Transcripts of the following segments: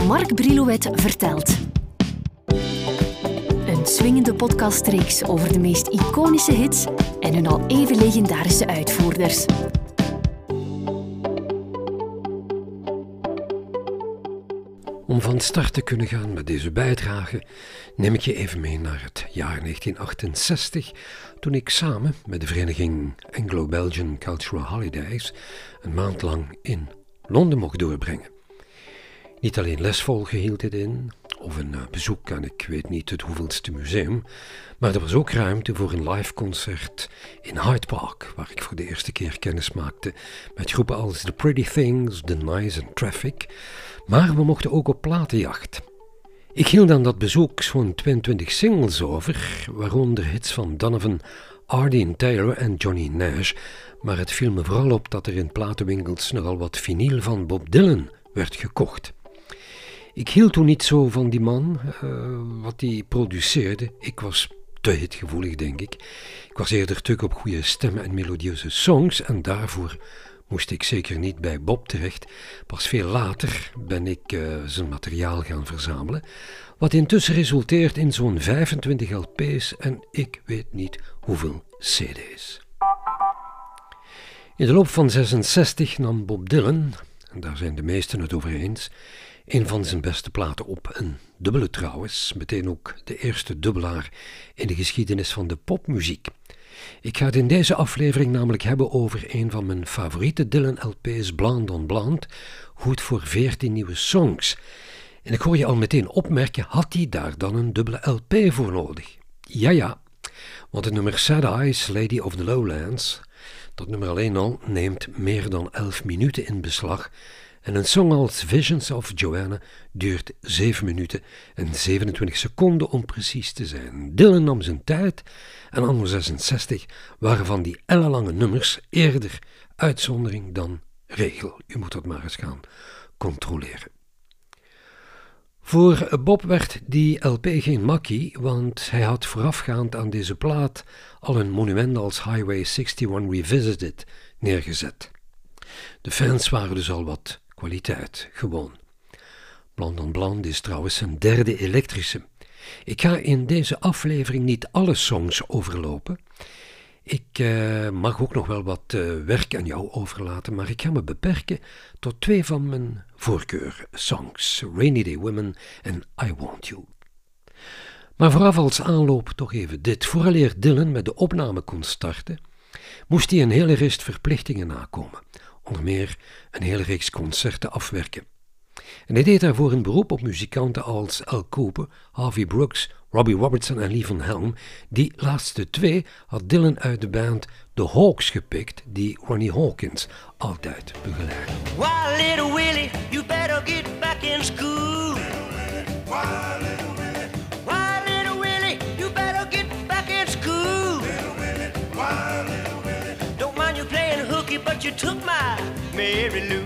Mark Brilouet vertelt. Een swingende podcastreeks over de meest iconische hits en hun al even legendarische uitvoerders. Om van start te kunnen gaan met deze bijdrage neem ik je even mee naar het jaar 1968, toen ik samen met de vereniging Anglo-Belgian Cultural Holidays een maand lang in Londen mocht doorbrengen. Niet alleen les volgen hield dit in, of een bezoek aan ik weet niet het hoeveelste museum, maar er was ook ruimte voor een live concert in Hyde Park, waar ik voor de eerste keer kennis maakte met groepen als The Pretty Things, The Nice en Traffic, maar we mochten ook op platenjacht. Ik hield aan dat bezoek zo'n 22 singles over, waaronder hits van Donovan, Ardeen Taylor en Johnny Nash, maar het viel me vooral op dat er in platenwinkels nogal wat vinyl van Bob Dylan werd gekocht. Ik hield toen niet zo van die man, wat hij produceerde. Ik was te hitgevoelig, denk ik. Ik was eerder tuk op goede stemmen en melodieuze songs en daarvoor moest ik zeker niet bij Bob terecht. Pas veel later ben ik zijn materiaal gaan verzamelen, wat intussen resulteert in zo'n 25 LP's en ik weet niet hoeveel CD's. In de loop van 66 nam Bob Dylan, en daar zijn de meesten het over eens, een van zijn beste platen op. Een dubbele trouwens, meteen ook de eerste dubbelaar in de geschiedenis van de popmuziek. Ik ga het in deze aflevering namelijk hebben over een van mijn favoriete Dylan-LP's, Blonde on Blonde, goed voor 14 nieuwe songs. En ik hoor je al meteen opmerken, had hij daar dan een dubbele LP voor nodig? Ja, want het nummer Sad Eyes, Lady of the Lowlands, dat nummer alleen al neemt meer dan 11 minuten in beslag. En een song als Visions of Joanna duurt 7 minuten en 27 seconden om precies te zijn. Dylan nam zijn tijd en anno 66 waren van die ellenlange nummers eerder uitzondering dan regel. U moet dat maar eens gaan controleren. Voor Bob werd die LP geen makkie, want hij had voorafgaand aan deze plaat al een monument als Highway 61 Revisited neergezet. De fans waren dus al wat kwaliteit, gewoon. Blonde on Blonde is trouwens zijn derde elektrische. Ik ga in deze aflevering niet alle songs overlopen. Ik mag ook nog wel wat werk aan jou overlaten, maar ik ga me beperken tot 2 van mijn voorkeursongs, Rainy Day Women en I Want You. Maar vooraf als aanloop toch even dit. Vooraleer Dylan met de opname kon starten, moest hij een hele rest verplichtingen nakomen. Onder meer een hele reeks concerten afwerken. En hij deed daarvoor een beroep op muzikanten als Al Cooper, Harvey Brooks, Robbie Robertson en Lee Van Helm. Die laatste 2 had Dylan uit de band The Hawks gepikt, die Ronnie Hawkins altijd begeleidde. Why, little Willie, you better get back in school. Why, little Willie? Why, little Willie, you better get back in school. Why, little Willie? Don't mind you playing hooky, but you took my Mary Lou.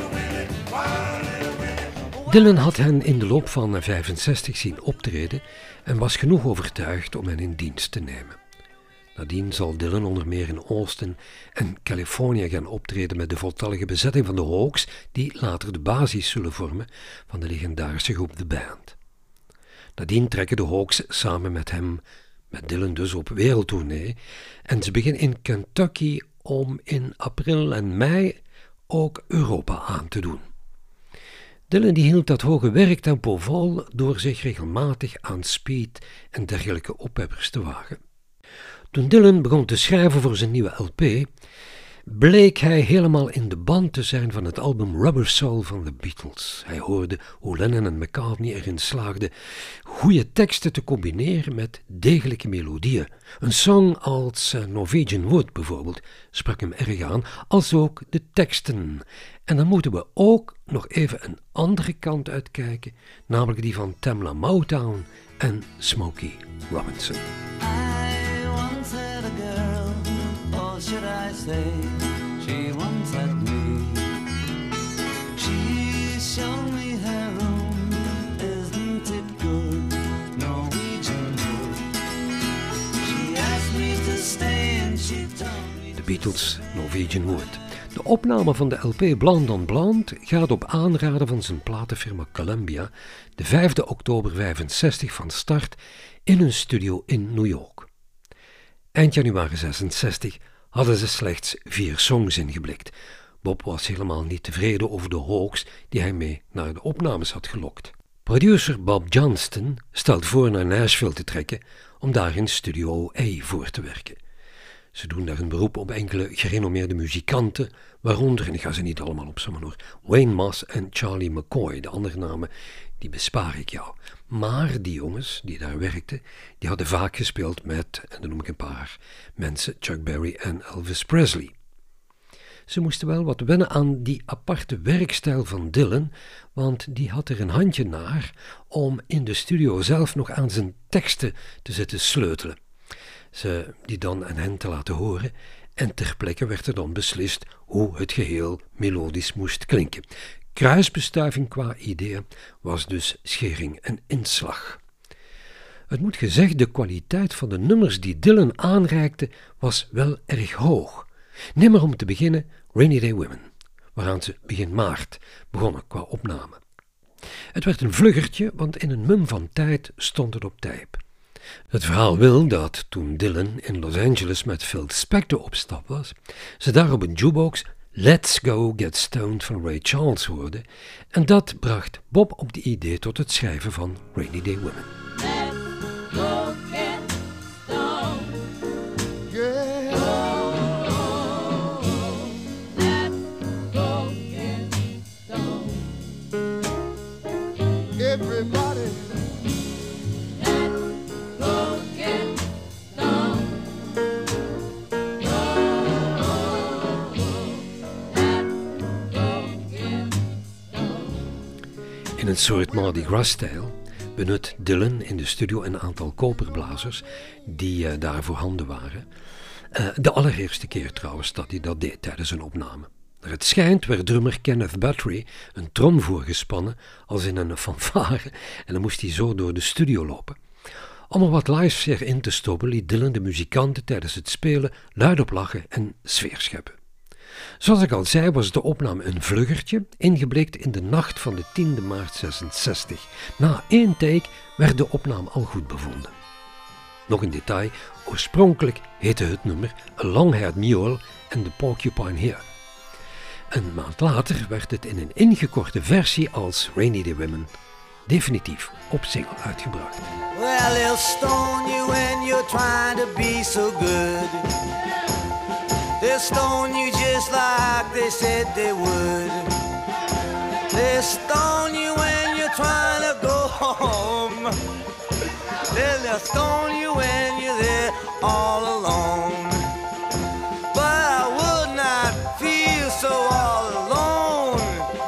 Dylan had hen in de loop van 65 zien optreden en was genoeg overtuigd om hen in dienst te nemen. Nadien zal Dylan onder meer in Austin en Californië gaan optreden met de voltallige bezetting van de Hawks, die later de basis zullen vormen van de legendarische groep The Band. Nadien trekken de Hawks samen met hem, met Dylan dus, op wereldtournee en ze beginnen in Kentucky om in april en mei ook Europa aan te doen. Dylan die hield dat hoge werktempo vol door zich regelmatig aan speed en dergelijke oppeppers te wagen. Toen Dylan begon te schrijven voor zijn nieuwe LP, bleek hij helemaal in de band te zijn van het album Rubber Soul van de Beatles. Hij hoorde hoe Lennon en McCartney erin slaagden goede teksten te combineren met degelijke melodieën. Een song als Norwegian Wood bijvoorbeeld sprak hem erg aan, als ook de teksten. En dan moeten we ook nog even een andere kant uitkijken, namelijk die van Tamla Motown en Smokey Robinson. I once had a girl, or should I say, she once had me. She showed me her room, isn't it good, Norwegian wood. She asked me to stay and she told me... De Beatles, Norwegian Wood. De opname van de LP Blonde on Blonde gaat op aanraden van zijn platenfirma Columbia de 5 oktober 65 van start in een studio in New York. Eind januari 66 hadden ze slechts 4 songs ingeblikt. Bob was helemaal niet tevreden over de hoax die hij mee naar de opnames had gelokt. Producer Bob Johnston stelt voor naar Nashville te trekken om daar in Studio A voor te werken. Ze doen daar een beroep op enkele gerenommeerde muzikanten, waaronder, en ik ga ze niet allemaal opzommen hoor, Wayne Moss en Charlie McCoy. De andere namen, die bespaar ik jou. Maar die jongens die daar werkten, die hadden vaak gespeeld met, en dan noem ik een paar mensen, Chuck Berry en Elvis Presley. Ze moesten wel wat wennen aan die aparte werkstijl van Dylan, want die had er een handje naar om in de studio zelf nog aan zijn teksten te zitten sleutelen. Ze die dan aan hen te laten horen en ter plekke werd er dan beslist hoe het geheel melodisch moest klinken. Kruisbestuiving qua ideeën was dus schering en inslag. Het moet gezegd, de kwaliteit van de nummers die Dylan aanreikte was wel erg hoog. Neem maar om te beginnen Rainy Day Women, waaraan ze begin maart begonnen qua opname. Het werd een vluggertje, want in een mum van tijd stond het op tape. Het verhaal wil dat toen Dylan in Los Angeles met Phil Spector op stap was, ze daar op een jukebox Let's Go Get Stoned van Ray Charles hoorde en dat bracht Bob op de idee tot het schrijven van Rainy Day Women. Let's go get stoned. Yeah. Let's go get stoned. Everybody. In een soort Mardi Gras-stijl benut Dylan in de studio een aantal koperblazers die daar voorhanden waren. De allereerste keer trouwens dat hij dat deed tijdens een opname. Naar het schijnt werd drummer Kenneth Battery een trom voorgespannen als in een fanfare en dan moest hij zo door de studio lopen. Om er wat live sfeer in te stoppen liet Dylan de muzikanten tijdens het spelen luidop lachen en sfeer scheppen. Zoals ik al zei was de opname een vluggertje, ingeblikt in de nacht van de 10e maart 66. Na 1 take werd de opname al goed bevonden. Nog een detail, oorspronkelijk heette het nummer A Long-Haired Mule and the Porcupine Here. Een maand later werd het in een ingekorte versie als Rainy Day Women definitief op single uitgebracht. Well, they'll stone you when you're trying to be so good. They'll stone you just like they said they would. They'll stone you when you're trying to go home. They'll stone you when you're there all alone. But I would not feel so all alone.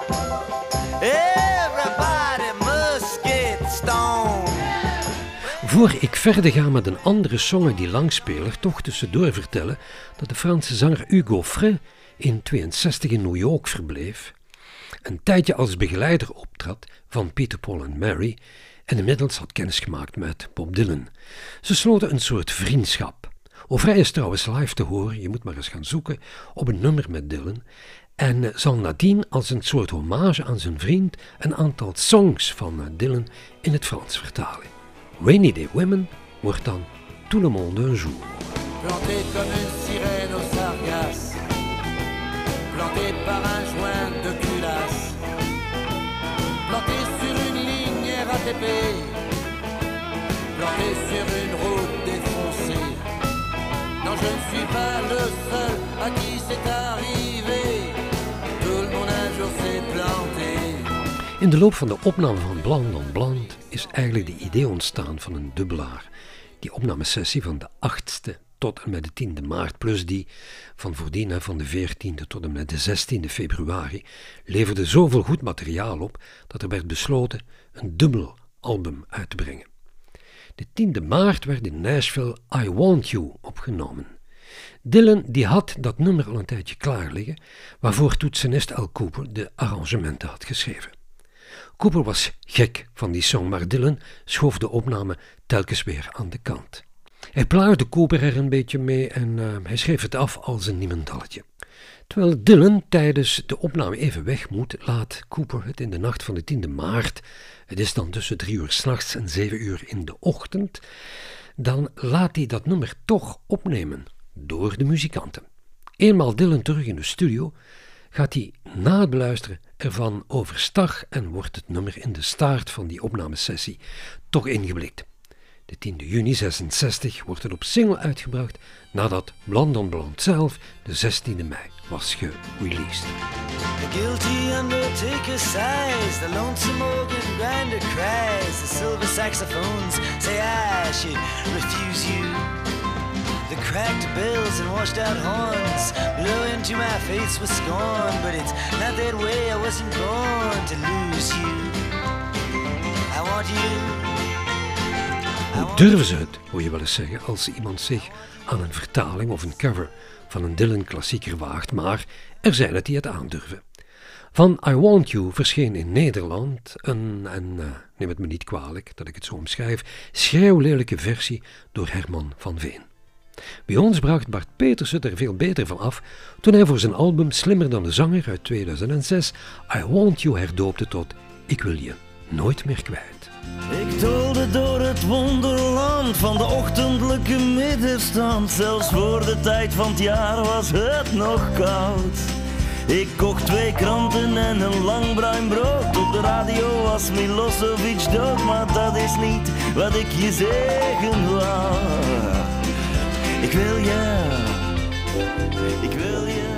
Everybody must get stoned. Voor ik verder ga met een andere song die langspeler, toch tussendoor vertellen dat de Franse zanger Hugo Frey in 62 in New York verbleef, een tijdje als begeleider optrad van Peter, Paul en Mary en inmiddels had kennis gemaakt met Bob Dylan. Ze sloten een soort vriendschap. Frey is trouwens live te horen, je moet maar eens gaan zoeken, op een nummer met Dylan en zal nadien als een soort hommage aan zijn vriend een aantal songs van Dylan in het Frans vertalen. Rainy Day Women wordt dan Tout le monde un jour. Planté comme une sirène au sargasse, planté par un joint de culasse, planté sur une ligne RATP, planté sur une route défoncée. Non, je ne suis pas le seul à qui c'est arrivé, tout le monde un jour s'est planté. In de loop van de opname van Blonde on Blonde is eigenlijk de idee ontstaan van een dubbelaar. Die opnamesessie van de 8e tot en met de 10e maart, plus die van voordien van de 14e tot en met de 16e februari, leverde zoveel goed materiaal op dat er werd besloten een dubbel album uit te brengen. De 10e maart werd in Nashville I Want You opgenomen. Dylan die had dat nummer al een tijdje klaar liggen, waarvoor toetsenist Al Cooper de arrangementen had geschreven. Cooper was gek van die song, maar Dylan schoof de opname telkens weer aan de kant. Hij plaagde Cooper er een beetje mee en hij schreef het af als een niemendalletje. Terwijl Dylan tijdens de opname even weg moet, laat Cooper het in de nacht van de 10e maart, het is dan tussen 3 uur 's nachts en 7 uur in de ochtend, dan laat hij dat nummer toch opnemen door de muzikanten. Eenmaal Dylan terug in de studio, gaat hij na het beluisteren ervan overstag en wordt het nummer in de staart van die opnamesessie toch ingeblikt. De 10e juni 66 wordt het op single uitgebracht nadat Blonde on Blonde zelf de 16e mei was gereleased. The guilty undertaker sighs, the lonesome organ grinder cries, the silver saxophones say I should refuse you. The cracked bells and washed out horns blow into my face with scorn, but it's not that way, I wasn't born to lose you. I want you. Hoe durven ze het, hoor je wel eens zeggen, als iemand zich aan een vertaling of een cover van een Dylan-klassieker waagt, maar er zijn het die het aandurven. Van I Want You verscheen in Nederland een, neem het me niet kwalijk dat ik het zo omschrijf, schreeuwlelijke versie door Herman van Veen. Bij ons bracht Bart Peters het er veel beter van af toen hij voor zijn album Slimmer dan de Zanger uit 2006 I Want You herdoopte tot Ik wil je nooit meer kwijt. Ik doolde door het wonderland van de ochtendelijke middenstand. Zelfs voor de tijd van het jaar was het nog koud. Ik kocht 2 kranten en een lang bruin brood. Op de radio was Milosevic dood, maar dat is niet wat ik je zeggen wou. Ik wil je